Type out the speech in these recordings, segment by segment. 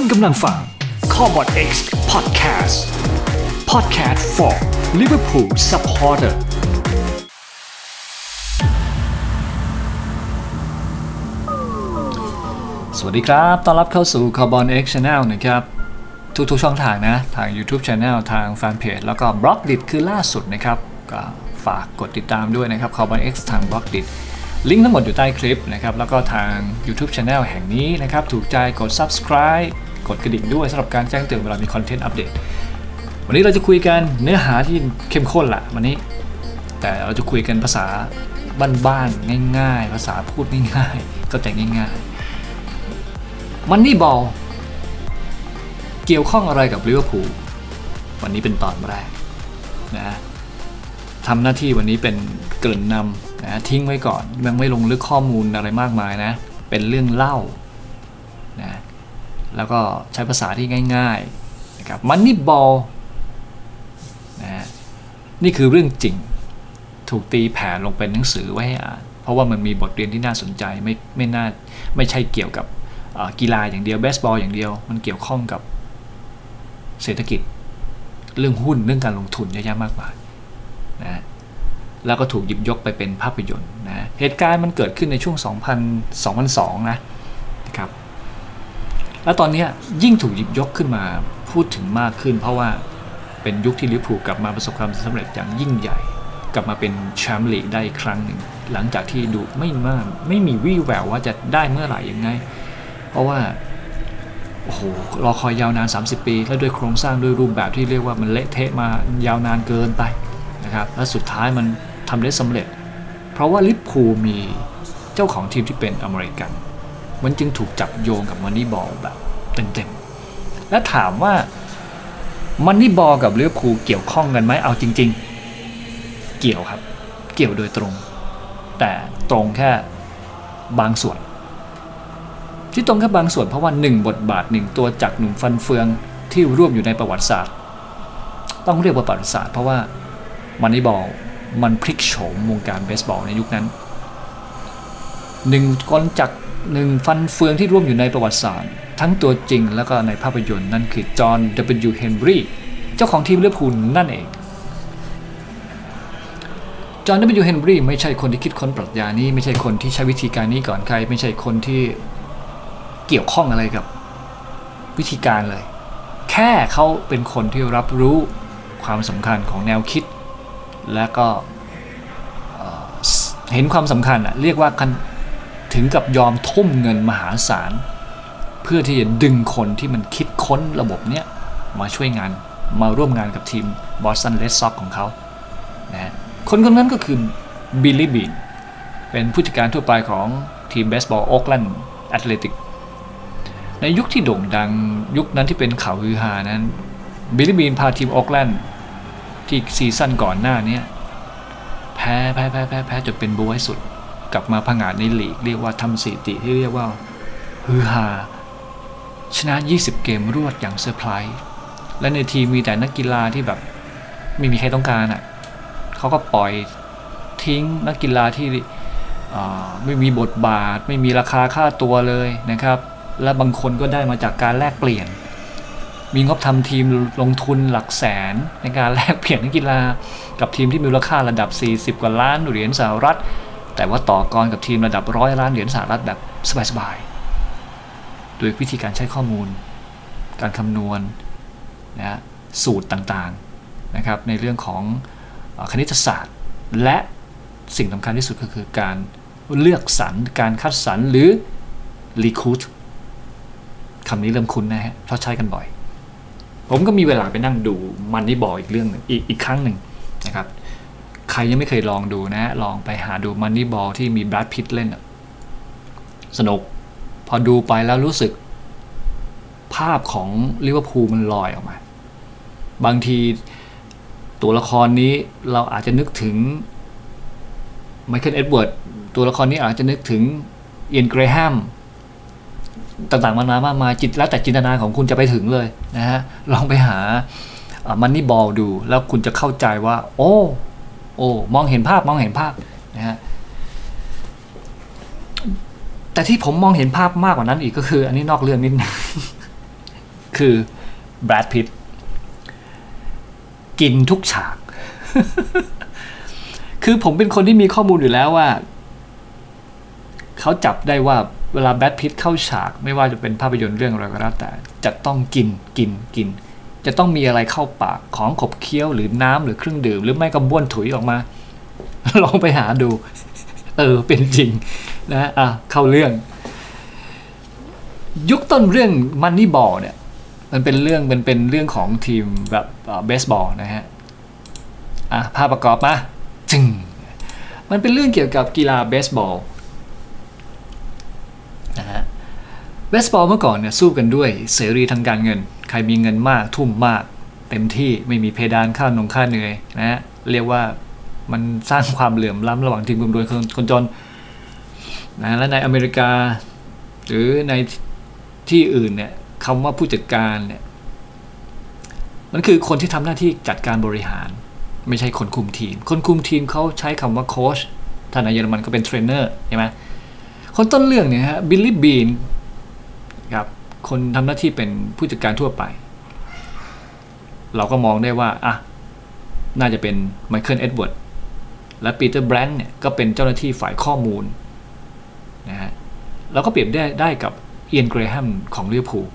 คุณกำลังฟัง Corbott X Podcast Podcast for Liverpool Supporterสวัสดีครับต้อนรับเข้าสู่ Corbott X Channel นะครับทุกช่องทางนะทาง YouTube Channel ทาง Fanpage แล้วก็ Blogdit คือล่าสุดนะครับก็ฝากกดติดตามด้วยนะครับ Corbott X ทาง Blogdit ลิงก์ทั้งหมดอยู่ใต้คลิปนะครับแล้วก็ทาง YouTube Channel แห่งนี้นะครับถูกใจกด Subscribe กดกระดิ่งด้วยสำหรับการแจ้งเตือนเวลามีคอนเทนต์อัปเดตวันนี้เราจะคุยกันเนื้อหาที่เข้มข้นละวันนี้แต่เราจะคุยกันภาษาบ้านๆง่ายๆภาษาพูดง่ายๆเข้าใจง่ายๆมันนี่บอลเกี่ยวข้องอะไรกับลิเวอร์พูลวันนี้เป็นตอนแรกนะทำหน้าที่วันนี้เป็นเกริ่นนำนะทิ้งไว้ก่อนยังไม่ลงลึกข้อมูลอะไรมากมายนะเป็นเรื่องเล่านะแล้วก็ใช้ภาษาที่ง่ายๆนะครับมันนี่บอลนะนี่คือเรื่องจริงถูกตีแผ่ลงเป็นหนังสือไว้ให้อ่านเพราะว่ามันมีบทเรียนที่น่าสนใจไม่ใช่เกี่ยวกับกีฬาอย่างเดียวเบสบอลอย่างเดียวมันเกี่ยวข้องกับเศรษฐกิจเรื่องหุ้นเรื่องการลงทุนเยอะแยะมากมายนะแล้วก็ถูกหยิบยกไปเป็นภาพยนตร์นะเหตุการณ์มันเกิดขึ้นในช่วง2002นะครับแล้วตอนนี้ยิ่งถูกหยิบยกขึ้นมาพูดถึงมากขึ้นเพราะว่าเป็นยุคที่ลิเวอร์พูลกลับมาประสบความสำเร็จอย่างยิ่งใหญ่กลับมาเป็นแชมป์ลีกได้อีกครั้งหนึ่งหลังจากที่ดูไม่มีวี่แววว่าจะได้เมื่อไหร่ยังไงเพราะว่าโอ้โหรอคอยยาวนาน30ปีแล้วด้วยโครงสร้างด้วยรูปแบบที่เรียกว่ามันเละเทะมายาวนานเกินไปนะครับและสุดท้ายมันทำได้สำเร็จเพราะว่าลิเวอร์พูลมีเจ้าของทีมที่เป็นอเมริกันมันจึงถูกจับโยงกับมันนี่บอลแบบเต็มๆและถามว่ามันนี่บอลกับลิเวอร์พูลเกี่ยวข้องกันไหมเอาจริงๆเกี่ยวครับเกี่ยวโดยตรงแต่ตรงแค่บางส่วนที่ตรงแค่บางส่วนเพราะว่า1บทบาท1ตัวจักรหนุ่มฟันเฟืองที่ร่วมอยู่ในประวัติศาสตร์ต้องเรียกว่าประวัติศาสตร์เพราะว่ามันนี่บอลมันพลิกโฉมวงการเบสบอลในยุคนั้น1คนจักร1ฟันเฟืองที่ร่วมอยู่ในประวัติศาสตร์ทั้งตัวจริงแล้วก็ในภาพยนตร์นั่นคือจอห์น W. เฮนรี่เจ้าของทีมลิเวอร์พูลนั่นเองจอห์น W. เฮนรี่ไม่ใช่คนที่คิดค้นปรัชญานี้ไม่ใช่คนที่ใช้วิธีการนี้ก่อนใครไม่ใช่คนที่เกี่ยวข้องอะไรกับวิธีการเลยแค่เขาเป็นคนที่รับรู้ความสำคัญของแนวคิดและก็เห็นความสำคัญเรียกว่าถึงกับยอมทุ่มเงินมหาศาลเพื่อที่จะดึงคนที่มันคิดค้นระบบเนี้ยมาช่วยงานมาร่วมงานกับทีมบอสตันเรดซ็อกซ์ของเขานะคนนั้นก็คือบิลลี่บีนเป็นผู้จัดการทั่วไปของทีมเบสบอลโอ๊คแลนด์แอตเลติกในยุคที่โด่งดังยุคนั้นที่เป็นข่าวฮือฮานั้นบิลลี่บีนพาทีมโอ๊คแลนด์ที่ซีซั่นก่อนหน้านี้แพ้จนเป็นบ๊วยสุดกลับมาผงาดในลีกเรียกว่าทำสถิติที่เรียกว่าฮือฮาชนะ20เกมรวดอย่างเซอร์ไพรส์และในทีมมีแต่นักกีฬาที่แบบไม่มีใครต้องการเขาก็ปล่อยทิ้งนักกีฬาที่ไม่มีบทบาทไม่มีราคาค่าตัวเลยนะครับและบางคนก็ได้มาจากการแลกเปลี่ยนมีงบทำทีมลงทุนหลักแสนในการแลกเปลี่ยนนักกีฬากับทีมที่มีมูลค่าระดับ40กว่าล้านเหรียญสหรัฐแต่ว่าต่อกรกับทีมระดับ100ล้านเหรียญสหรัฐแบบสบายๆโดยวิธีการใช้ข้อมูลการคำนวณนะสูตรต่างๆนะครับในเรื่องของคณิตศาสตร์และสิ่งสำคัญที่สุดก็คือการเลือกสรรการคัดสรรหรือ recruit คำนี้เริ่มคุ้นนะฮะเพราะใช้กันบ่อยผมก็มีเวลาไปนั่งดูมันนี่บอลอีกเรื่องหนึ่งอีกครั้งหนึ่งนะครับใครยังไม่เคยลองดูนะลองไปหาดูมันนี่บอลที่มีแบรดพิตต์เล่นสนุกพอดูไปแล้วรู้สึกภาพของลิเวอร์พูลมันลอยออกมาบางทีตัวละครนี้เราอาจจะนึกถึงไมเคิลเอ็ดเวิร์ดตัวละครนี้อาจจะนึกถึงเอียนเกรแฮมต่างๆมามากมายจิตแล้วแต่จินตนาของคุณจะไปถึงเลยนะฮะลองไปหามันนี่บอลดูแล้วคุณจะเข้าใจว่าโอ้มองเห็นภาพนะฮะแต่ที่ผมมองเห็นภาพมากกว่านั้นอีกก็คืออันนี้นอกเรื่องนิดนึงคือแบรดพิตต์กินทุกฉาก คือผมเป็นคนที่มีข้อมูลอยู่แล้วว่าเขาจับได้ว่าเวลาแบรดพิตต์เข้าฉากไม่ว่าจะเป็นภาพยนตร์เรื่องอะไรก็แล้วแต่จะต้องกินจะต้องมีอะไรเข้าปากของขบเคี้ยวหรือน้ำหรือเครื่องดื่มหรือไม่ก็บ้วนถุยออกมา ลองไปหาดูเป็นจริงนะเข้าเรื่องยุคต้นเรื่อง Moneyball เนี่ยมันเป็นเรื่องของทีมแบบเบสบอลนะฮะภาพประกอบมาจึงมันเป็นเรื่องเกี่ยวกับกีฬาเบสบอลนะฮะเบสบอลเมื่อก่อนเนี่ยสู้กันด้วยเสรีทางการเงินใครมีเงินมากทุ่มมากเต็มที่ไม่มีเพดานค่าเหนื่อยนะฮะเรียกว่ามันสร้างความเหลื่อมล้ำระหว่างทีมคนรวยคนจนนะและในอเมริกาหรือในที่อื่นเนี่ยคำว่าผู้จัดการเนี่ยมันคือคนที่ทำหน้าที่จัดการบริหารไม่ใช่คนคุมทีมคนคุมทีมเขาใช้คำว่าโค้ชถ้าในเยอรมันก็เป็นเทรนเนอร์ใช่ไหมคนต้นเรื่องเนี่ยฮะบิลลี่บีนครับคนทำหน้าที่เป็นผู้จัดการทั่วไปเราก็มองได้ว่าน่าจะเป็นไมเคิลเอ็ดเวิร์ดและปีเตอร์แบรนท์เนี่ยก็เป็นเจ้าหน้าที่ฝ่ายข้อมูลนะฮะเราก็เปรียบได้กับเอียนเกรแฮมของลิเวอร์พูล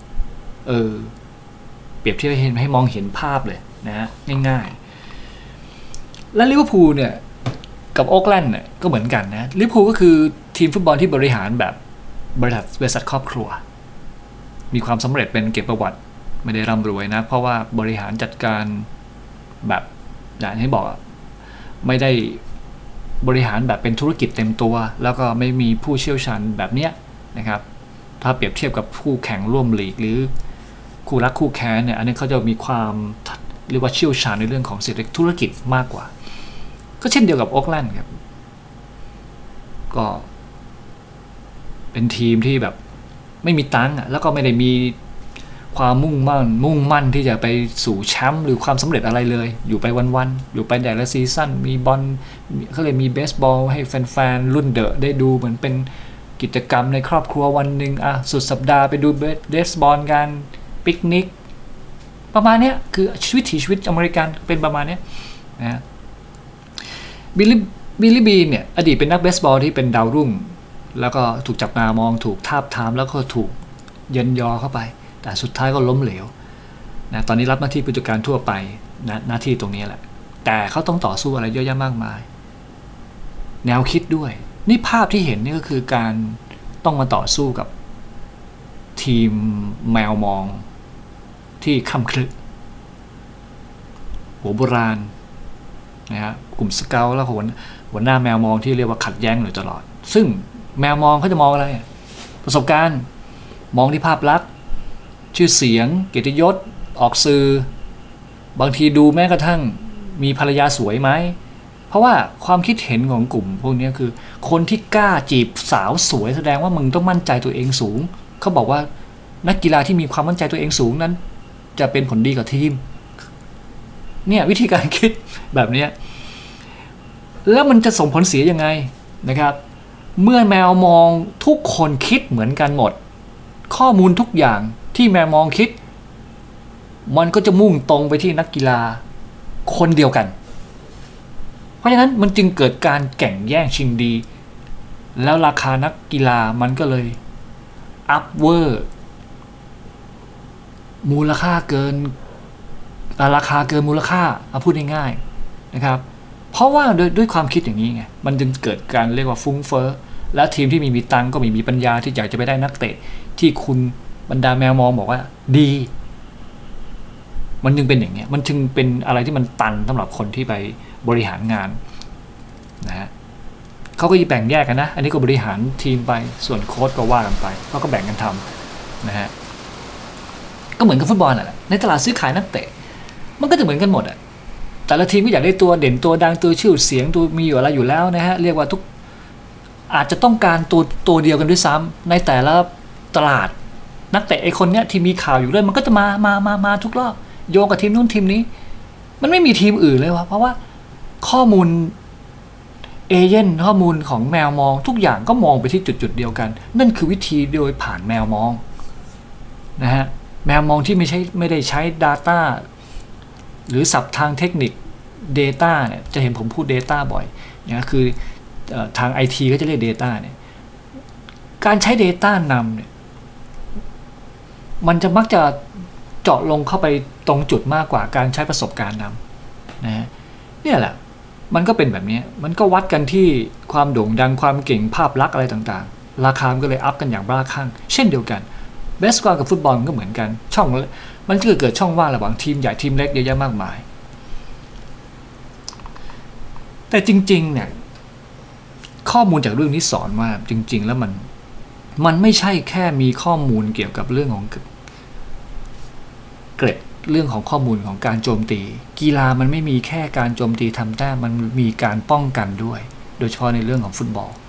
เปรียบเทียบให้มองเห็นภาพเลยนะฮะง่ายๆและลิเวอร์พูลเนี่ยกับโอ๊คแลนด์เนี่ยก็เหมือนกันนะลิเวอร์พูลก็คือทีมฟุตบอลที่บริหารแบบบริษัทครอบครัวมีความสำเร็จเป็นเกียรติประวัติไม่ได้ร่ำรวยนะเพราะว่าบริหารจัดการแบบอย่างที่บอกไม่ได้บริหารแบบเป็นธุรกิจเต็มตัวแล้วก็ไม่มีผู้เชี่ยวชาญแบบเนี้ยนะครับถ้าเปรียบเทียบกับคู่แข่งร่วมลีกหรือคู่รักคู่แค้นเนี่ยอันนี้เขาจะมีความเรียกว่าเชี่ยวชาญในเรื่องของเศรษฐกิจธุรกิจมากกว่าก็เช่นเดียวกับโอ๊คแลนด์ครับก็เป็นทีมที่แบบไม่มีตังค์แล้วก็ไม่ได้มีความมุ่งมั่นที่จะไปสู่แชมป์หรือความสำเร็จอะไรเลยอยู่ไปวันๆอยู่ไปแต่ละซีซั่นมีบอลเขาเลยมีเบสบอลให้แฟนๆรุ่นเดอะได้ดูเหมือนเป็นกิจกรรมในครอบครัววันหนึ่งสุดสัปดาห์ไปดูเบสบอลกันปิกนิกประมาณนี้คือชีวิตอเมริกันเป็นประมาณนี้นะบิลลี่บีนเนี่ยอดีตเป็นนักเบสบอลที่เป็นดาวรุ่งแล้วก็ถูกจับตามองถูกทาบทามแล้วก็ถูกเยินยอเข้าไปแต่สุดท้ายก็ล้มเหลวนะตอนนี้รับหน้าที่ผู้จัดการทั่วไปนะหน้าที่ตรงนี้แหละแต่เขาต้องต่อสู้อะไรเยอะแยะมากมายแนวคิดด้วยนี่ภาพที่เห็นนี่ก็คือการต้องมาต่อสู้กับทีมแมวมองที่ค่ำครึหัวโบราณนะครับกลุ่มสเกลแล้วหัวหน้าแมวมองที่เรียกว่าขัดแย้งอยู่ตลอดซึ่งแมวมองเขาจะมองอะไรประสบการณ์มองที่ภาพลักษณ์ชื่อเสียงเกียรติยศออกสื่อบางทีดูแม้กระทั่งมีภรรยาสวยไหมเพราะว่าความคิดเห็นของกลุ่มพวกนี้คือคนที่กล้าจีบสาวสวยแสดงว่ามึงต้องมั่นใจตัวเองสูงเขาบอกว่านักกีฬาที่มีความมั่นใจตัวเองสูงนั้นจะเป็นผลดีกับทีมเนี่ยวิธีการคิดแบบนี้แล้วมันจะส่งผลเสียยังไงนะครับเมื่อแมวมองทุกคนคิดเหมือนกันหมดข้อมูลทุกอย่างที่แมวมองคิดมันก็จะมุ่งตรงไปที่นักกีฬาคนเดียวกันเพราะฉะนั้นมันจึงเกิดการแข่งแย่งชิงดีแล้วราคานักกีฬามันก็เลยอัพเวอร์มูลค่าเกินราคาเกินมูลค่าเอาพูดง่ายๆนะครับเพราะว่าด้วยความคิดอย่างนี้ไงมันจึงเกิดการเรียกว่าฟุ้งเฟ้อและทีมที่มีตังก็มีปัญญาที่อยากจะไปได้นักเตะที่คุณบรรดาแมวมองบอกว่าดีมันจึงเป็นอย่างเงี้ยมันจึงเป็นอะไรที่มันตันสำหรับคนที่ไปบริหารงานนะฮะเขาก็แบ่งแยกกันนะอันนี้ก็บริหารทีมไปส่วนโค้ชก็ว่ากันไปเขาก็แบ่งกันทำนะฮะก็เหมือนกับฟุตบอลแหละในตลาดซื้อขายนักเตะมันก็จะเหมือนกันหมดแต่ละทีมก็อยากได้ตัวเด่นตัวดังตัวชื่อเสียงตัวมีอยู่อะไรอยู่แล้วนะฮะเรียกว่าทุกอาจจะต้องการตัวเดียวกันด้วยซ้ำในแต่ละตลาดนักเตะไอคนเนี้ยที่มีข่าวอยู่เรื่อยมันก็จะมาทุกรอบโยงกับทีมนู้นทีมนี้มันไม่มีทีมอื่นเลยวะเพราะว่าข้อมูลเอเย่นข้อมูลของแมวมองทุกอย่างก็มองไปที่จุดเดียวกันนั่นคือวิธีโดยผ่านแมวมองนะฮะแมวมองที่ไม่ได้ใช้ Data หรือศัพท์ทางเทคนิค Data เนี่ยจะเห็นผมพูด Data บ่อยนะคือทาง IT ก็จะเรียก Data เนี่ยการใช้ Data นำเนี่ยมันจะมักจะเจาะลงเข้าไปตรงจุดมากกว่าการใช้ประสบการณ์นำนะเนี่ยแหละมันก็เป็นแบบนี้มันก็วัดกันที่ความโด่งดังความเก่งภาพลักษณ์อะไรต่างๆราคามันก็เลยอัพกันอย่างบ้าคลั่งเช่นเดียวกันเบสบอลกับฟุตบอลก็เหมือนกันช่องมันก็เกิดช่องว่างระหว่างทีมใหญ่ทีมเล็กเยอะแยะมากมายแต่จริงๆเนี่ยข้อมูลจากเรื่องนี้สอนว่าจริงๆแล้วมันไม่ใช่แค่มีข้อมูลเกี่ยวกับเรื่องของเกร็ดเรื่องของข้อมูลของการโจมตีกีฬามันไม่มีแค่การโจมตีทำแต้มมันมีการป้องกันด้วยโดยเฉพาะในเรื่องของฟุตบอล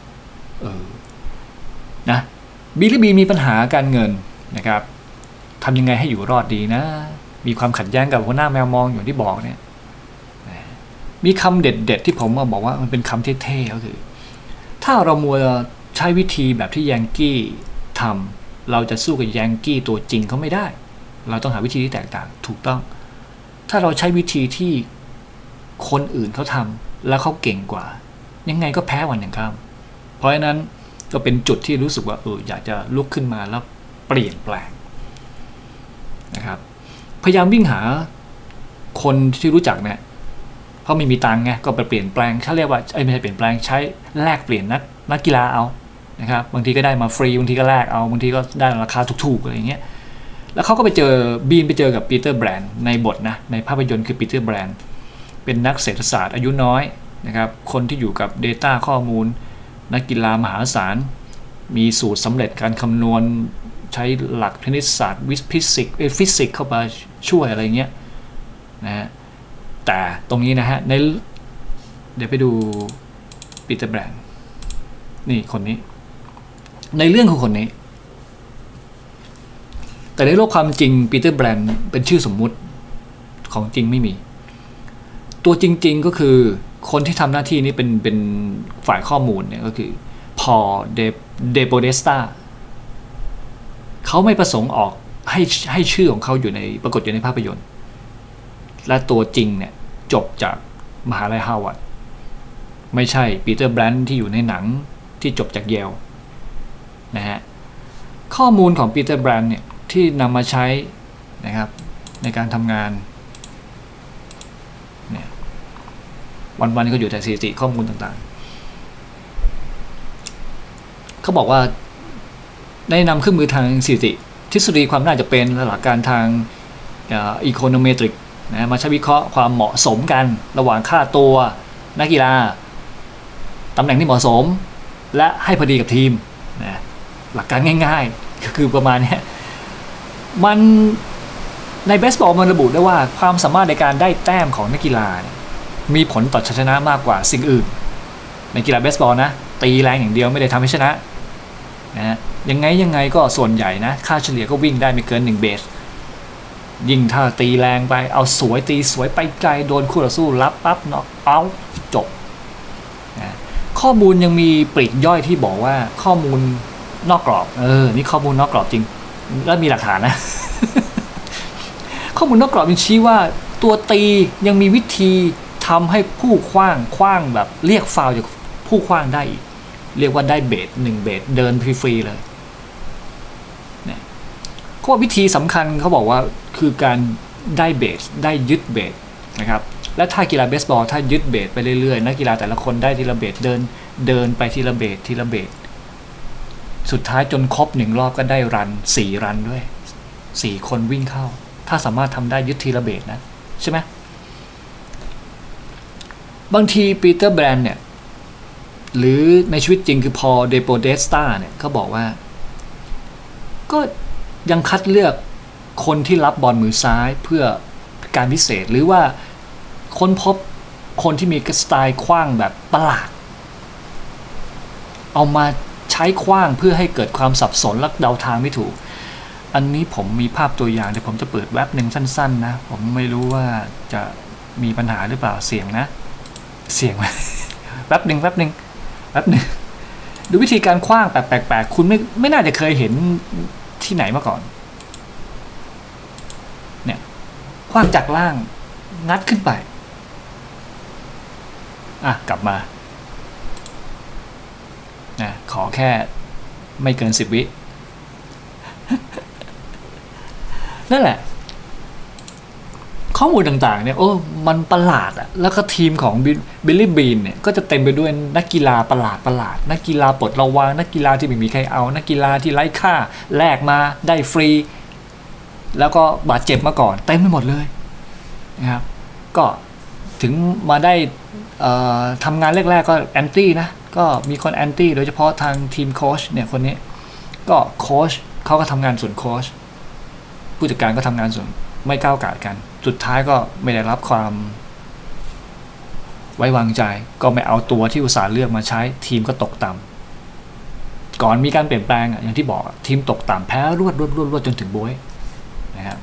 นะบิลลี่บีมีปัญหาการเงินนะครับทำยังไงให้อยู่รอดดีนะมีความขัดแย้งกับหัวหน้าแมวมองอย่างที่บอกเนี่ยมีคำเด็ดๆที่ผมมาบอกว่ามันเป็นคำเท่ๆก็คือถ้าเรามัวใช้วิธีแบบที่ยังกี้ทำเราจะสู้กับยังกี้ตัวจริงเขาไม่ได้เราต้องหาวิธีที่แตกต่างถูกต้องถ้าเราใช้วิธีที่คนอื่นเขาทำแล้วเขาเก่งกว่ายังไงก็แพ้วันอย่างข้ามเพราะฉะนั้นก็เป็นจุดที่รู้สึกว่าอยากจะลุกขึ้นมาแล้วเปลี่ยนแปลงนะครับพยายามวิ่งหาคนที่รู้จักเนี่ยเพราะไม่มีตังค์ไงก็ไปเปลี่ยนแปลงถ้าเรียกว่าไม่ใช่เปลี่ยนแปลงใช้แลกเปลี่ยนนักกีฬาเอานะครับบางทีก็ได้มาฟรีบางทีก็แลกเอาบางทีก็ได้ราคาถูกๆอะไรอย่างเงี้ยแล้วเขาก็ไปเจอกับปีเตอร์แบรนด์ในบทนะในภาพยนตร์คือปีเตอร์แบรนด์เป็นนักเศรษฐศาสตร์อายุน้อยนะครับคนที่อยู่กับ Data ข้อมูลนักกีฬามหาศาลมีสูตรสำเร็จการคำนวณใช้หลักคณิตศาสตร์ฟิสิกส์เข้ามาช่วยอะไรเงี้ยนะฮะแต่ตรงนี้นะฮะเดี๋ยวไปดูปีเตอร์แบรนด์นี่คนนี้ในเรื่องของคนนี้แต่ในโลกความจริงปีเตอร์แบรนด์เป็นชื่อสมมุติของจริงไม่มีตัวจริงๆก็คือคนที่ทำหน้าที่นี้เป็นฝ่ายข้อมูลเนี่ยก็คือพอเดโปเดสตาเขาไม่ประสงค์ออกให้ชื่อของเขาอยู่ในปรากฏอยู่ในภาพยนตร์และตัวจริงเนี่ยจบจากมหาลัยฮาร์วาร์ดไม่ใช่ปีเตอร์แบรนด์ที่อยู่ในหนังที่จบจากเยลนะฮะข้อมูลของปีเตอร์แบรนด์เนี่ยที่นำมาใช้นะครับในการทำงานเนี่ยวันๆก็อยู่แต่สถิติข้อมูลต่างๆเขาบอกว่าได้นำเครื่องมือทางสถิติทฤษฎีความน่าจะเป็นหลักการทางอีโคโนเมตริกนะมาใช้วิเคราะห์ความเหมาะสมกันระหว่างค่าตัวนักกีฬาตำแหน่งที่เหมาะสมและให้พอดีกับทีมนะหลักการง่ายๆก็คือประมาณนี้มันในเบสบอลมันระบุได้ว่าความสามารถในการได้แต้มของนักกีฬามีผลต่อชัยชนะมากกว่าสิ่งอื่นในกีฬาเบสบอลนะตีแรงอย่างเดียวไม่ได้ทำให้ชนะนะยังไงก็ส่วนใหญ่นะค่าเฉลี่ยก็วิ่งได้ไม่เกิน1เบสยิ่งถ้าตีแรงไปเอาตีสวยไปไกลโดนคู่ต่อสู้รับปั๊บน็อกเอาจบนะข้อมูลยังมีปลีกย่อยที่บอกว่าข้อมูลนอกกรอบนี่ข้อมูลนอกกรอบจริงแล้วมีหลักฐานนะ ข้อมูลนอกกรอบมันชี้ว่าตัวตียังมีวิธีทำให้ผู้คว้างแบบเรียกฟาวล์จากผู้คว้างได้อีกเรียกว่าได้เบส1เบสเดินฟรีๆเลยเนี่ยข้อวิธีสำคัญเขาบอกว่าคือการได้เบสได้ยึดเบสนะครับและถ้ากีฬาเบสบอลถ้ายึดเบสไปเรื่อยๆนักกีฬาแต่ละคนได้ทีละเบสเดินไปทีละเบสสุดท้ายจนครบ1รอบก็ได้รัน4รันด้วย4คนวิ่งเข้าถ้าสามารถทำได้ยึดทีละเบสนะใช่ไหมบางทีปีเตอร์แบรนด์เนี่ยหรือในชีวิตจริงคือพอเดโปเดสตาเนี่ยเขาบอกว่าก็ยังคัดเลือกคนที่รับบอลมือซ้ายเพื่อการพิเศษหรือว่าค้นพบคนที่มีสไตล์คว้างแบบประหลาดเอามาใช้คว้างเพื่อให้เกิดความสับสนและเดาทางไม่ถูกอันนี้ผมมีภาพตัวอย่างเดี๋ยวผมจะเปิดแว็บหนึ่งสั้นๆนะผมไม่รู้ว่าจะมีปัญหาหรือเปล่าเสียงไหม แป๊บหนึ่งดูวิธีการคว้างแบบแปลกๆคุณไม่น่าจะเคยเห็นที่ไหนมาก่อนวางจากล่างงัดขึ้นไปกลับมานะขอแค่ไม่เกิน10 วิ นั่นแหละข้อมูลต่างๆเนี่ยมันประหลาดอะแล้วก็ทีมของบิลลี่บีนเนี่ยก็จะเต็มไปด้วยนักกีฬาประหลาดนักกีฬาปลดระวางนักกีฬาที่ไม่มีใครเอานักกีฬาที่ไร้ค่าแลกมาได้ฟรีแล้วก็บาดเจ็บมาก่อนเต็มไปหมดเลยนะครับก็ถึงมาได้ทำงานแรกๆก็แอนตี้นะก็มีคนแอนตี้โดยเฉพาะทางทีมโค้ชเนี่ยคนนี้ก็โค้ชเขาก็ทำงานส่วนโค้ชผู้จัดการก็ทำงานส่วนไม่ก้าวก่ายกันสุดท้ายก็ไม่ได้รับความไว้วางใจก็ไม่เอาตัวที่อุตส่าห์เลือกมาใช้ทีมก็ตกต่ำก่อนมีการเปลี่ยนแปลงอย่างที่บอกทีมตกต่ำแพ้รวดจนถึงโบยนะครับ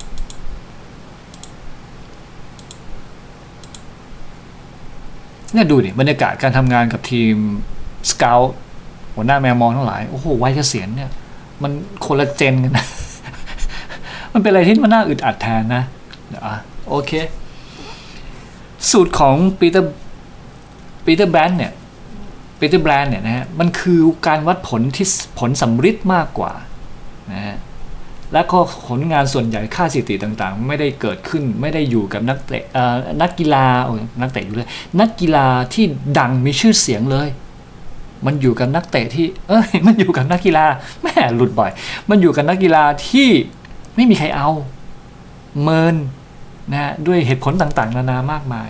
เนี่ยดูดิบรรยากาศการทำงานกับทีมสเกาต์หัวหน้าแมวมองทั้งหลายโอ้โหวัยเกษียณเนี่ยมันคนละเจนกันนะ มันเป็นอะไรที่มันน่าอึดอัดแทนนะโอเคสูตรของปีเตอร์แบรนด์เนี่ยนะฮะมันคือการวัดผลที่ผลสำฤทธิ์มากกว่านะฮะและก็ผลงานส่วนใหญ่ค่าสถิติต่างๆไม่ได้เกิดขึ้นไม่ได้อยู่กับนักเตะนักกีฬานักเตะอยู่เลยนักกีฬาที่ดังมีชื่อเสียงเลยมันอยู่กับนักเตะที่มันอยู่กับนักกีฬาแม่หลุดบ่อยมันอยู่กับนักกีฬาที่ไม่มีใครเอาเมินนะฮะด้วยเหตุผลต่างๆนานามากมาย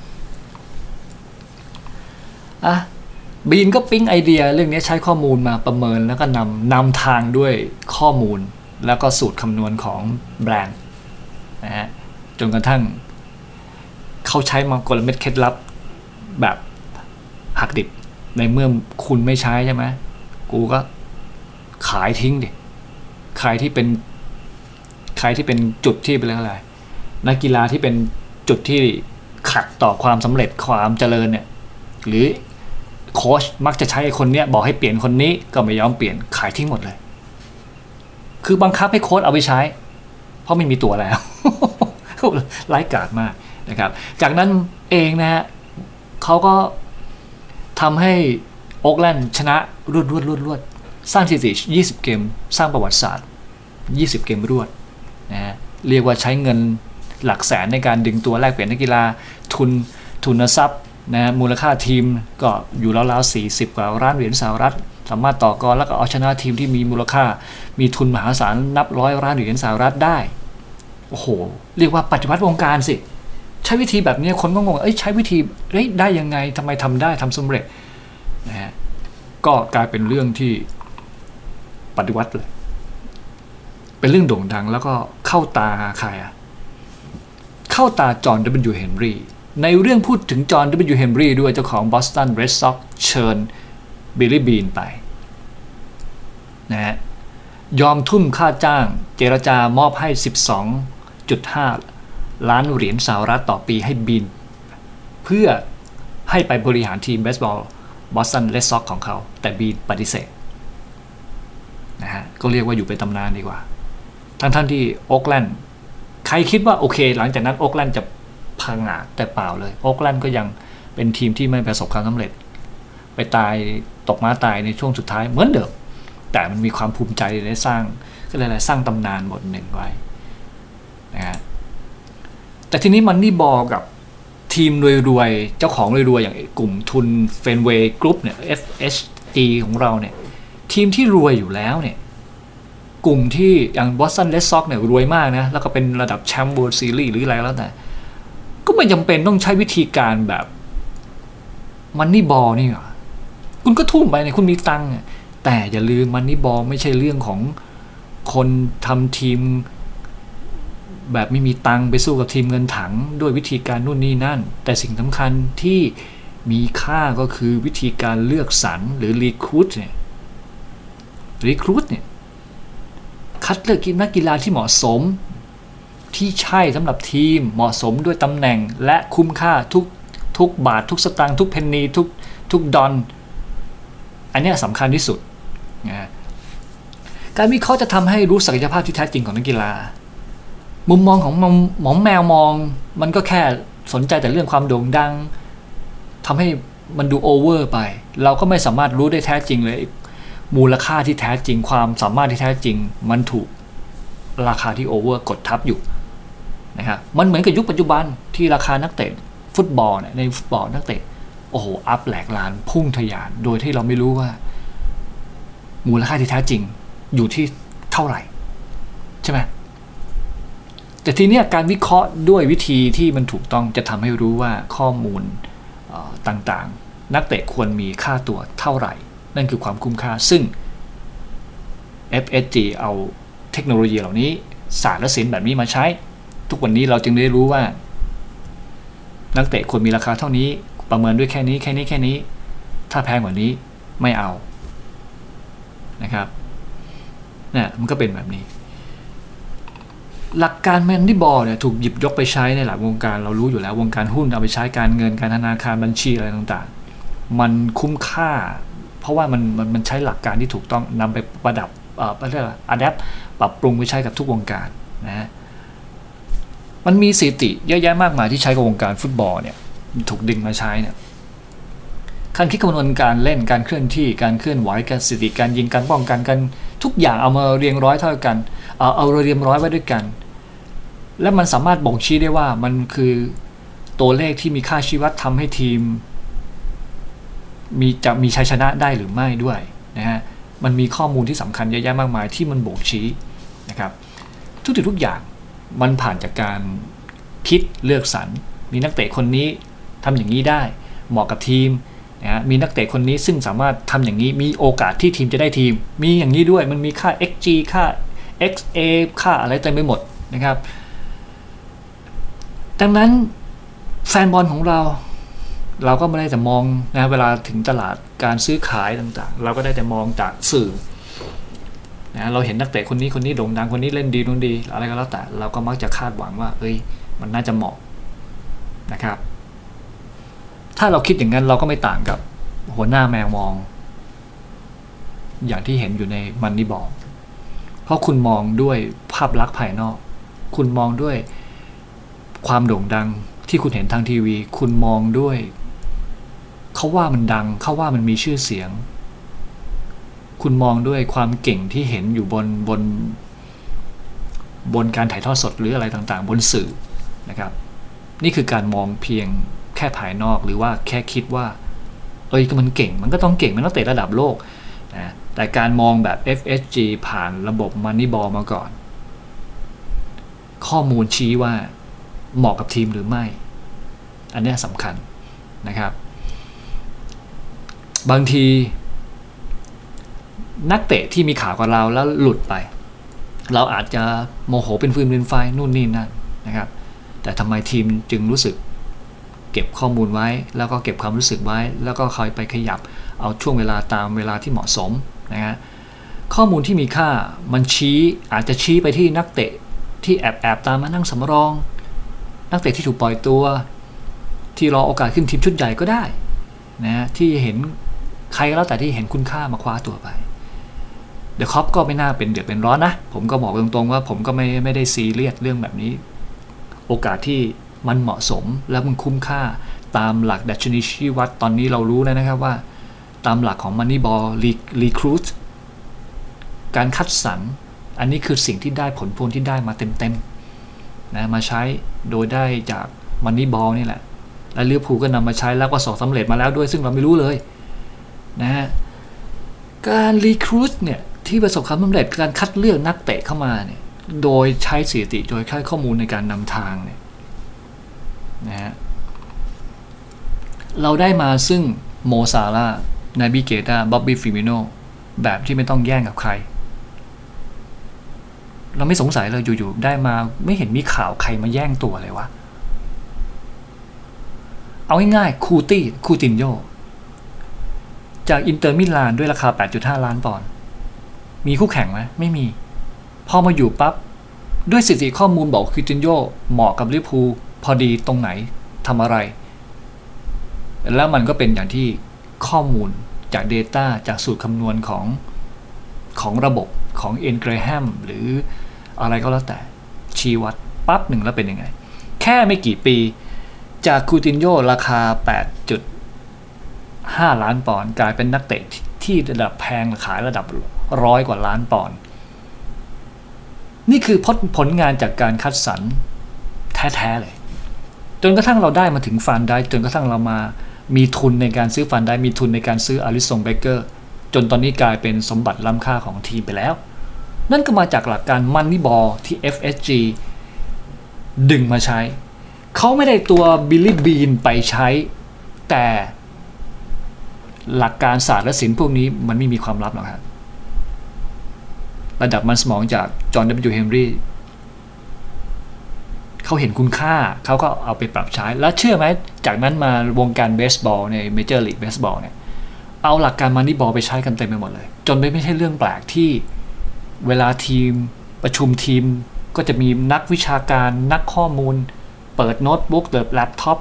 บีนก็ปิ๊งไอเดียเรื่องนี้ใช้ข้อมูลมาประเมินแล้วก็นำทางด้วยข้อมูลแล้วก็สูตรคำนวณของแบรนด์นะฮะจนกระทั่งเขาใช้มากลเม็ดเคล็ดลับแบบหักดิบในเมื่อคุณไม่ใช้ใช่ไหมกูก็ขายทิ้งดิใครที่เป็นจุดที่เป็นอะไรนักกีฬาที่เป็นจุดที่ขัดต่อความสำเร็จความเจริญเนี่ยหรือโค้ชมักจะใช้คนเนี้ยบอกให้เปลี่ยนคนนี้ก็ไม่ยอมเปลี่ยนขายทิ้งหมดเลยคือบังคับให้โค้ชเอาไปใช้เพราะไม่มีตัวแล้ว ไร้กาจมากนะครับจากนั้นเองนะฮะเขาก็ทำให้โอ๊คแลนด์ชนะรวดสร้างสถิติ20 เกมสร้างประวัติศาสตร์20 เกมรวดนะฮะเรียกว่าใช้เงินหลักแสนในการดึงตัวแลกเปลี่ยนนักกีฬาทุนทรัพย์นะมูลค่าทีมก็อยู่ราวๆ40 กว่าล้านเหรียญสหรัฐสามารถต่อกรแล้วก็เอาชนะทีมที่มีมูลค่ามีทุนมหาศาลนับ100 ล้านเหรียญสหรัฐได้โอ้โหเรียกว่าปฏิวัติวงการสิใช้วิธีแบบนี้คนก็งงใช้วิธีได้ยังไงทำไมทำได้ทำสำเร็จนะฮะก็กลายเป็นเรื่องที่ปฏิวัติเลยเป็นเรื่องโด่งดังแล้วก็เข้าตาใครเข้าตาจอห์น W. เฮนรี่ในเรื่องพูดถึงจอห์น W. เฮนรี่ด้วยเจ้าของ Boston Red Sox เชิญบิลลี่บีนไปนะฮะยอมทุ่มค่าจ้างเจรจามอบให้ 12.5 ล้านเหรียญสหรัฐต่อปีให้บีนเพื่อให้ไปบริหารทีมเบสบอล Boston Red Sox ของเขาแต่บีนปฏิเสธนะฮะก็เรียกว่าอยู่เป็นตำนานดีกว่าทั้งที่โอ๊คแลนด์ใครคิดว่าโอเคหลังจากนั้นโอ๊คแลนด์จะพังแต่เปล่าเลยโอ๊คแลนด์ก็ยังเป็นทีมที่ไม่ประสบความสำเร็จไปตกม้าตายในช่วงสุดท้ายเหมือนเดิมแต่มันมีความภูมิใจได้สร้างก็เลยสร้างตำนานบทหนึ่งไว้นะฮะแต่ทีนี้มันนี่บอลกับทีมรวยๆเจ้าของรวยๆอย่างกลุ่มทุนเฟนเวย์กรุ๊ปเนี่ย FHG ของเราเนี่ยทีมที่รวยอยู่แล้วเนี่ยกลุ่มที่อย่าง Boston Red Sox เนี่ยรวยมากนะแล้วก็เป็นระดับแชมป์ World Series หรืออะไรแล้วแต่ก็ไม่จำเป็นต้องใช้วิธีการแบบมันนี่บอลนี่หรอคุณก็ทุ่มไปเนี่ยคุณมีตังค์แต่อย่าลืมมันนี่บอลไม่ใช่เรื่องของคนทำทีมแบบไม่มีตังค์ไปสู้กับทีมเงินถังด้วยวิธีการนู่นนี่นั่นแต่สิ่งสำคัญที่มีค่าก็คือวิธีการเลือกสรรหรือรีครูทเนี่ยคัดเลือกนักกีฬาที่เหมาะสมที่ใช่สำหรับทีมเหมาะสมด้วยตำแหน่งและคุ้มค่าทุกบาททุกสตางค์ทุกเพนนีทุกดอลอันนี้สำคัญที่สุดนะการวิเคราะห์จะทำให้รู้ศักยภาพที่แท้จริงของนักกีฬามุมมองของหมอแมวมองมันก็แค่สนใจแต่เรื่องความโด่งดังทำให้มันดูโอเวอร์ไปเราก็ไม่สามารถรู้ได้แท้จริงเลยมูลค่าที่แท้จริงความสามารถที่แท้จริงมันถูกราคาที่โอเวอร์กดทับอยู่นะครับมันเหมือนกับยุคปัจจุบันที่ราคานักเตะฟุตบอลเนี่ยในฟุตบอลนักเตะโอ้โหอัพแหลกลานพุ่งทะยานโดยที่เราไม่รู้ว่ามูลค่าที่แท้จริงอยู่ที่เท่าไหร่ใช่ไหมแต่ทีนี้การวิเคราะห์ด้วยวิธีที่มันถูกต้องจะทำให้รู้ว่าข้อมูลต่างๆนักเตะควรมีค่าตัวเท่าไหร่นั่นคือความคุ้มค่าซึ่ง FSG เอาเทคโนโลยีเหล่านี้ศาสตร์และศิลป์แบบนี้มาใช้ทุกวันนี้เราจึงได้รู้ว่านักเตะควรมีราคาเท่านี้ประเมินด้วยแค่นี้ถ้าแพงกว่านี้ไม่เอานะครับเนี่ยมันก็เป็นแบบนี้หลักการแมนดี้บอลเนี่ยถูกหยิบยกไปใช้ในหลายวงการเรารู้อยู่แล้ววงการหุ้นเอาไปใช้การเงินการธนาคารบัญชีอะไรต่างๆมันคุ้มค่าเพราะว่ามันใช้หลักการที่ถูกต้องนำไปประดับเรียกว่าอะแดปปรับปรุงไปใช้กับทุกวงการนะมันมีสถิติเยอะแยะมากมายที่ใช้กับวงการฟุตบอลเนี่ยถูกดึงมาใช้เนี่ยการคิดคำนวณการเล่นการเคลื่อนที่การเคลื่อนไหวการสถิติการยิงการป้องกันกันทุกอย่างเอามาเรียงร้อยเท่ากันเอาเรียงร้อยไว้ด้วยกันและมันสามารถบ่งชี้ได้ว่ามันคือตัวเลขที่มีค่าชี้วัดทำให้ทีมจะมีชัยชนะได้หรือไม่ด้วยนะฮะมันมีข้อมูลที่สำคัญเยอะแยะมากมายที่มันบ่งชี้นะครับทุกอย่างมันผ่านจากการคิดเลือกสรรมีนักเตะคนนี้ทำอย่างนี้ได้เหมาะกับทีมนะมีนักเตะคนนี้ซึ่งสามารถทำอย่างนี้มีโอกาสที่ทีมจะได้ทีมมีอย่างนี้ด้วยมันมีค่า XG ค่า XA ค่าอะไรเต็มไปหมดนะครับดังนั้นแฟนบอลของเราก็ไม่ได้แต่มองนะเวลาถึงตลาดการซื้อขายต่างๆเราก็ได้แต่มองจากสื่อนะเราเห็นนักเตะคนนี้โด่งดังคนนี้เล่นดีนู่นดีอะไรก็แล้วแต่เราก็มักจะคาดหวังว่ามันน่าจะเหมาะนะครับถ้าเราคิดอย่างนั้นเราก็ไม่ต่างกับหัวหน้าแมวมองอย่างที่เห็นอยู่ในมันนี่บอกเพราะคุณมองด้วยภาพลักษณ์ภายนอกคุณมองด้วยความโด่งดังที่คุณเห็นทางทีวีคุณมองด้วยเขาว่ามันดังเขาว่ามันมีชื่อเสียงคุณมองด้วยความเก่งที่เห็นอยู่บนการถ่ายทอดสดหรืออะไรต่างๆบนสื่อนะครับนี่คือการมองเพียงแค่ภายนอกหรือว่าแค่คิดว่าก็มันเก่งมันก็ต้องเก่งมันต้องเตะระดับโลกนะแต่การมองแบบ FSG ผ่านระบบ Moneyball มาก่อนข้อมูลชี้ว่าเหมาะกับทีมหรือไม่อันนี้สำคัญนะครับบางทีนักเตะที่มีข่าวกับเราแล้วหลุดไปเราอาจจะโมโหเป็นฟืนเป็นไฟนู่นนี่นั่นนะครับแต่ทำไมทีมจึงรู้สึกเก็บข้อมูลไว้แล้วก็เก็บความรู้สึกไว้แล้วก็คอยไปขยับเอาช่วงเวลาตามเวลาที่เหมาะสมนะฮะข้อมูลที่มีค่ามันอาจจะชี้ไปที่นักเตะที่แอบตามมานั่งสำรองนักเตะที่ถูกปล่อยตัวที่รอโอกาสขึ้นทีมชุดใหญ่ก็ได้นะที่เห็นใครก็แล้วแต่ที่เห็นคุณค่ามาคว้าตัวไปเดอะคอปก็ไม่น่าเป็นเดือดเป็นร้อนนะผมก็บอกตรงๆว่าผมก็ไม่ได้ซีเรียสเรื่องแบบนี้โอกาสที่มันเหมาะสมและมันคุ้มค่าตามหลักดัชนีชี้วัดตอนนี้เรารู้แล้วนะครับว่าตามหลักของ Moneyball Recruit การคัดสรรอันนี้คือสิ่งที่ได้ผลพวงที่ได้มาเต็มๆนะมาใช้โดยได้จาก Moneyball นี่แหละและลิเวอร์พูลก็นำมาใช้แล้วก็สำเร็จมาแล้วด้วยซึ่งเราไม่รู้เลยนะฮะการรีครูทเนี่ยที่ประสบความสำเร็จการคัดเลือกนักเตะเข้ามาเนี่ยโดยใช้สถิติโดยใช้ข้อมูลในการนำทางเนี่ยนะฮะเราได้มาซึ่งโมซาร่านาบิเกต้าบ๊อบบี้ฟิมิโนแบบที่ไม่ต้องแย่งกับใครเราไม่สงสัยเลยอยู่ๆได้มาไม่เห็นมีข่าวใครมาแย่งตัวเลยวะเอาง่ายๆคูตินโญจากอินเตอร์มิลานด้วยราคา 8.5 ล้านปอนด์มีคู่แข่งไหมไม่มีพอมาอยู่ปั๊บด้วยสถิติข้อมูลบอกคูตินโญเหมาะกับลิเวอร์พูลพอดีตรงไหนทำอะไรแล้วมันก็เป็นอย่างที่ข้อมูลจาก Data จากสูตรคำนวณของระบบของเอ็นเกรแฮมหรืออะไรก็แล้วแต่ชี้วัดปั๊บหนึ่งแล้วเป็นยังไงแค่ไม่กี่ปีจากคูตินโญ่ราคา 8.5 ล้านปอนด์กลายเป็นนักเตะที่ระดับแพงขายระดับ100 กว่าล้านปอนด์นี่คือผลงานจากการคัดสรรแท้ๆเลยจนกระทั่งเราได้มาถึงฟานไดค์จนกระทั่งเรามามีทุนในการซื้อฟานไดค์มีทุนในการซื้ออาริสันเบเกอร์จนตอนนี้กลายเป็นสมบัติล้ำค่าของทีมไปแล้วนั่นก็มาจากหลักการมันนี่บอลที่ FSG ดึงมาใช้เขาไม่ได้ตัวบิลลี่บีนไปใช้แต่หลักการศาสตร์และศิลป์พวกนี้มันไม่มีความลับหรอกครับระดับมันสมองจากจอห์น W. เฮนรี่เขาเห็นคุณค่าเขาก็เอาไปปรับใช้แล้วเชื่อไหมจากนั้นมาวงการเบสบอลในเมเจอร์ลีกเบสบอลเนี่ยเอาหลักการมันนี่บอลไปใช้กันเต็มไปหมดเลยจนไม่ใช่เรื่องแปลกที่เวลาทีมประชุมทีมก็จะมีนักวิชาการนักข้อมูลเปิดโน้ตบุ๊กหรือแล็ปท็อป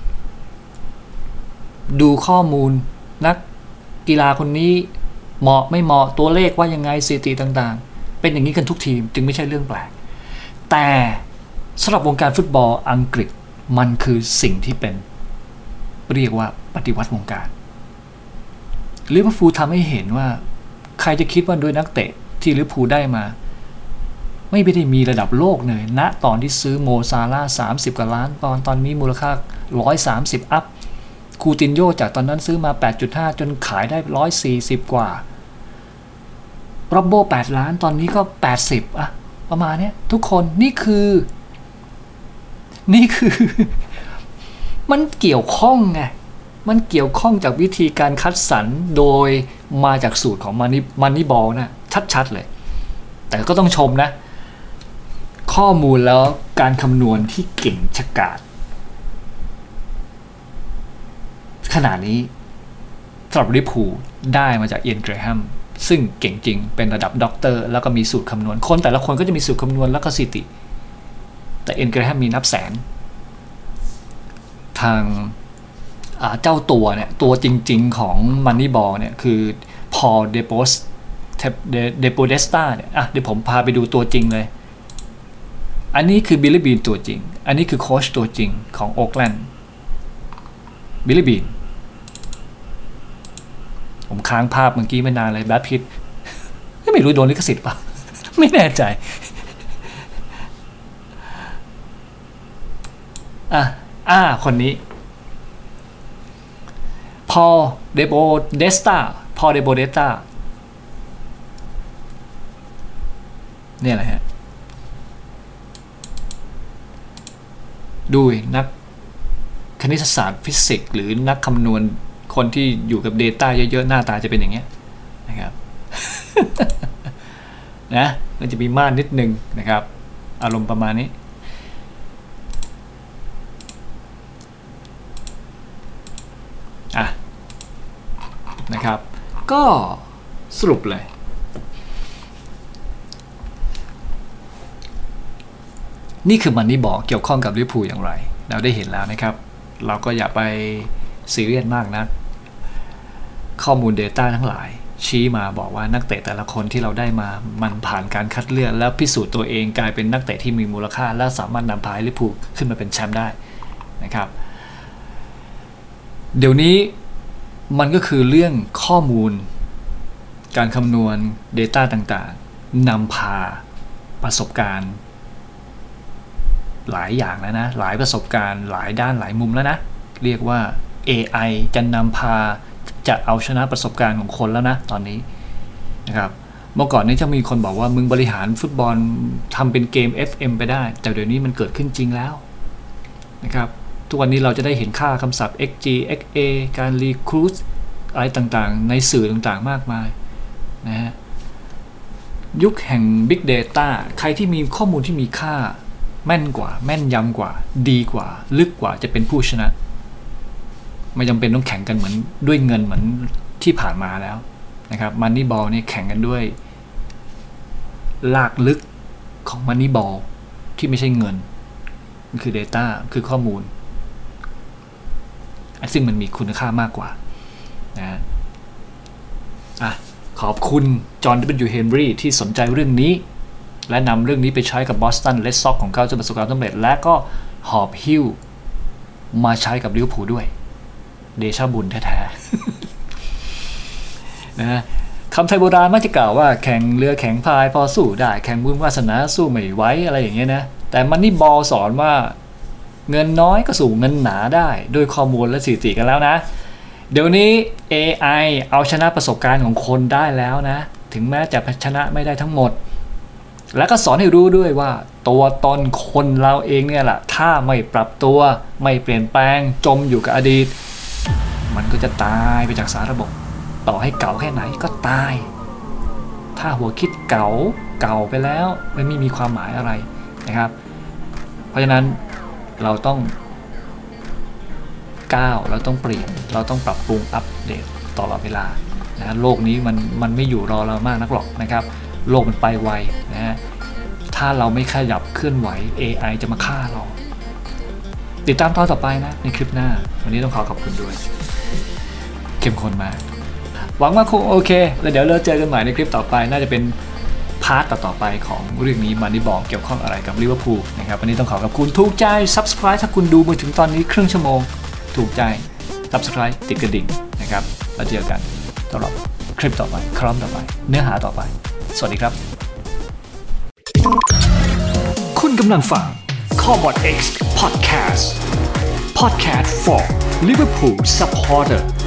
ดูข้อมูลนักกีฬาคนนี้เหมาะไม่เหมาะตัวเลขว่ายังไงสถิติต่างๆเป็นอย่างนี้กันทุกทีมจึงไม่ใช่เรื่องแปลกแต่สำหรับวงการฟุตบอลอังกฤษมันคือสิ่งที่เป็นเรียกว่าปฏิวัติวงการลิเวอร์พูลทำให้เห็นว่าใครจะคิดว่าด้วยนักเตะที่ลิเวอร์พูลได้มาไม่ได้มีระดับโลกเลยณตอนที่ซื้อโมซาลาห์30 กว่าล้านตอนนี้มูลค่า130อัพคูตินโญ่จากตอนนั้นซื้อมา 8.5 จนขายได้140กว่าร็อบโบ8 ล้านตอนนี้ก็80อะประมาณนี้ทุกคนนี่คือมันเกี่ยวข้องไงมันเกี่ยวข้องจากวิธีการคัดสรรโดยมาจากสูตรของมันนี่บอลนะชัดๆเลยแต่ก็ต้องชมนะข้อมูลแล้วการคำนวณที่เก่งฉกาจขนาดนี้สำหรับลิเวอร์พูลได้มาจากเอียน เกรแฮมซึ่งเก่งจริงเป็นระดับด็อกเตอร์แล้วก็มีสูตรคำนวณคนแต่ละคนก็จะมีสูตรคำนวณแล้วก็สถิติแต่เอียน เกรแฮมมีนับแสนทางเจ้าตัวเนี่ยตัวจริงๆของมันนี่บอลเนี่ยคือพอลเดโปเดสตาเนี่ยเดี๋ยวผมพาไปดูตัวจริงเลยอันนี้คือบิลลี่บีนตัวจริงอันนี้คือโค้ชตัวจริงของโอ๊คแลนด์บิลลี่บีนผมค้างภาพเมื่อกี้ไม่นานเลยแบทพิทไม่รู้โดนลิขสิทธิ์ป่ะไม่แน่ใจคนนี้พอลเดโบเดสตาเนี่ยแหละฮะดูนักคณิตศาสตร์ฟิสิกส์หรือนักคำนวณคนที่อยู่กับ Data เยอะๆหน้าตาจะเป็นอย่างเงี้ยนะครับ นะมันจะมีม่านนิดนึงนะครับอารมณ์ประมาณนี้นะครับก็สรุปเลยนี่คือมันนี่บอกเกี่ยวข้องกับลิเวอร์พูลอย่างไรเราได้เห็นแล้วนะครับเราก็อย่าไปซีเรียสมากนะข้อมูล Data ทั้งหลายชี้มาบอกว่านักเตะแต่ละคนที่เราได้มามันผ่านการคัดเลือกแล้วพิสูจน์ตัวเองกลายเป็นนักเตะที่มีมูลค่าและสามารถนำพาลิเวอร์พูลขึ้นมาเป็นแชมป์ได้นะครับเดี๋ยวนี้มันก็คือเรื่องข้อมูลการคำนวณ Data ต่างๆนำพาประสบการณ์หลายอย่างแล้วนะหลายประสบการณ์หลายด้านหลายมุมแล้วนะเรียกว่า AI จะนำพาจะเอาชนะประสบการณ์ของคนแล้วนะตอนนี้นะครับเมื่อก่อนนี้จะมีคนบอกว่ามึงบริหารฟุตบอลทำเป็นเกม FM ไปได้แต่เดี๋ยวนี้มันเกิดขึ้นจริงแล้วนะครับทุกวันนี้เราจะได้เห็นค่าคำศัพท์ XG XA การ recruit อะไรต่างๆในสื่อต่างๆมากมายนะฮะยุคแห่ง Big Data ใครที่มีข้อมูลที่มีค่าแม่นกว่าแม่นยำกว่าดีกว่าลึกกว่าจะเป็นผู้ชนะไม่จำเป็นต้องแข่งกันเหมือนด้วยเงินเหมือนที่ผ่านมาแล้วนะครับมันนี่บอลเนี่ยแข่งกันด้วยลากลึกของมันนี่บอลที่ไม่ใช่เงินมันคือ Data คือข้อมูลซึ่งมันมีคุณค่ามากกว่านะขอบคุณจอห์น W. เฮนรี่ที่สนใจเรื่องนี้และนำเรื่องนี้ไปใช้กับบอสตันเรดซ็อกซ์ของเขาจนประสบความสำเร็จและก็หอบหิ้วมาใช้กับลิเวอร์พูลด้วยเดชะบุญแท้ๆนะคำไทยโบราณมักจะกล่าวว่าแข่งเรือแข่งพายพอสู้ได้แข่งบุญวาสนาสู้ไม่ไหวอะไรอย่างเงี้ยนะแต่มันนี่บอลสอนว่าเงินน้อยก็สู่เงินหนาได้ด้วยข้อมูลและสถิติกันแล้วนะเดี๋ยวนี้ AI เอาชนะประสบการณ์ของคนได้แล้วนะถึงแม้จะชนะไม่ได้ทั้งหมดแล้วก็สอนให้รู้ด้วยว่าตัวตนคนเราเองเนี่ยแหละถ้าไม่ปรับตัวไม่เปลี่ยนแปลงจมอยู่กับอดีตมันก็จะตายไปจากสารระบบต่อให้เก่าแค่ไหนก็ตายถ้าหัวคิดเก่าไปแล้วไม่มีความหมายอะไรนะครับเพราะฉะนั้นเราต้องก้าวเราต้องเปลี่ยนเราต้องปรับปรุงอัปเดตตลอดเวลานะโลกนี้มันไม่อยู่รอเรามากนักหรอกนะครับโลกมันไปไวนะฮะถ้าเราไม่ขยับเคลื่อนไหว AI จะมาฆ่าเราติดตามตอนต่อไปนะในคลิปหน้าวันนี้ต้องขอบคุณด้วยเข้มข้นมากหวังว่าคงโอเคแล้วเดี๋ยวเราเจอกันใหม่ในคลิปต่อไปน่าจะเป็นพาร์ทต่อไปของเรื่องนี้มันนี่บอกเกี่ยวข้องอะไรกับลิเวอร์พูลนะครับวันนี้ต้องขอบคุณถูกใจ Subscribe ถ้าคุณดูมาถึงตอนนี้ครึ่งชั่วโมงถูกใจ Subscribe ติดกระดิ่งนะครับแล้วเจอกันสำหรับคลิปต่อไปครั้งต่อไปเนื้อหาต่อไปสวัสดีครับคุณกำลังฟัง Carbon X Podcast for Liverpool Supporter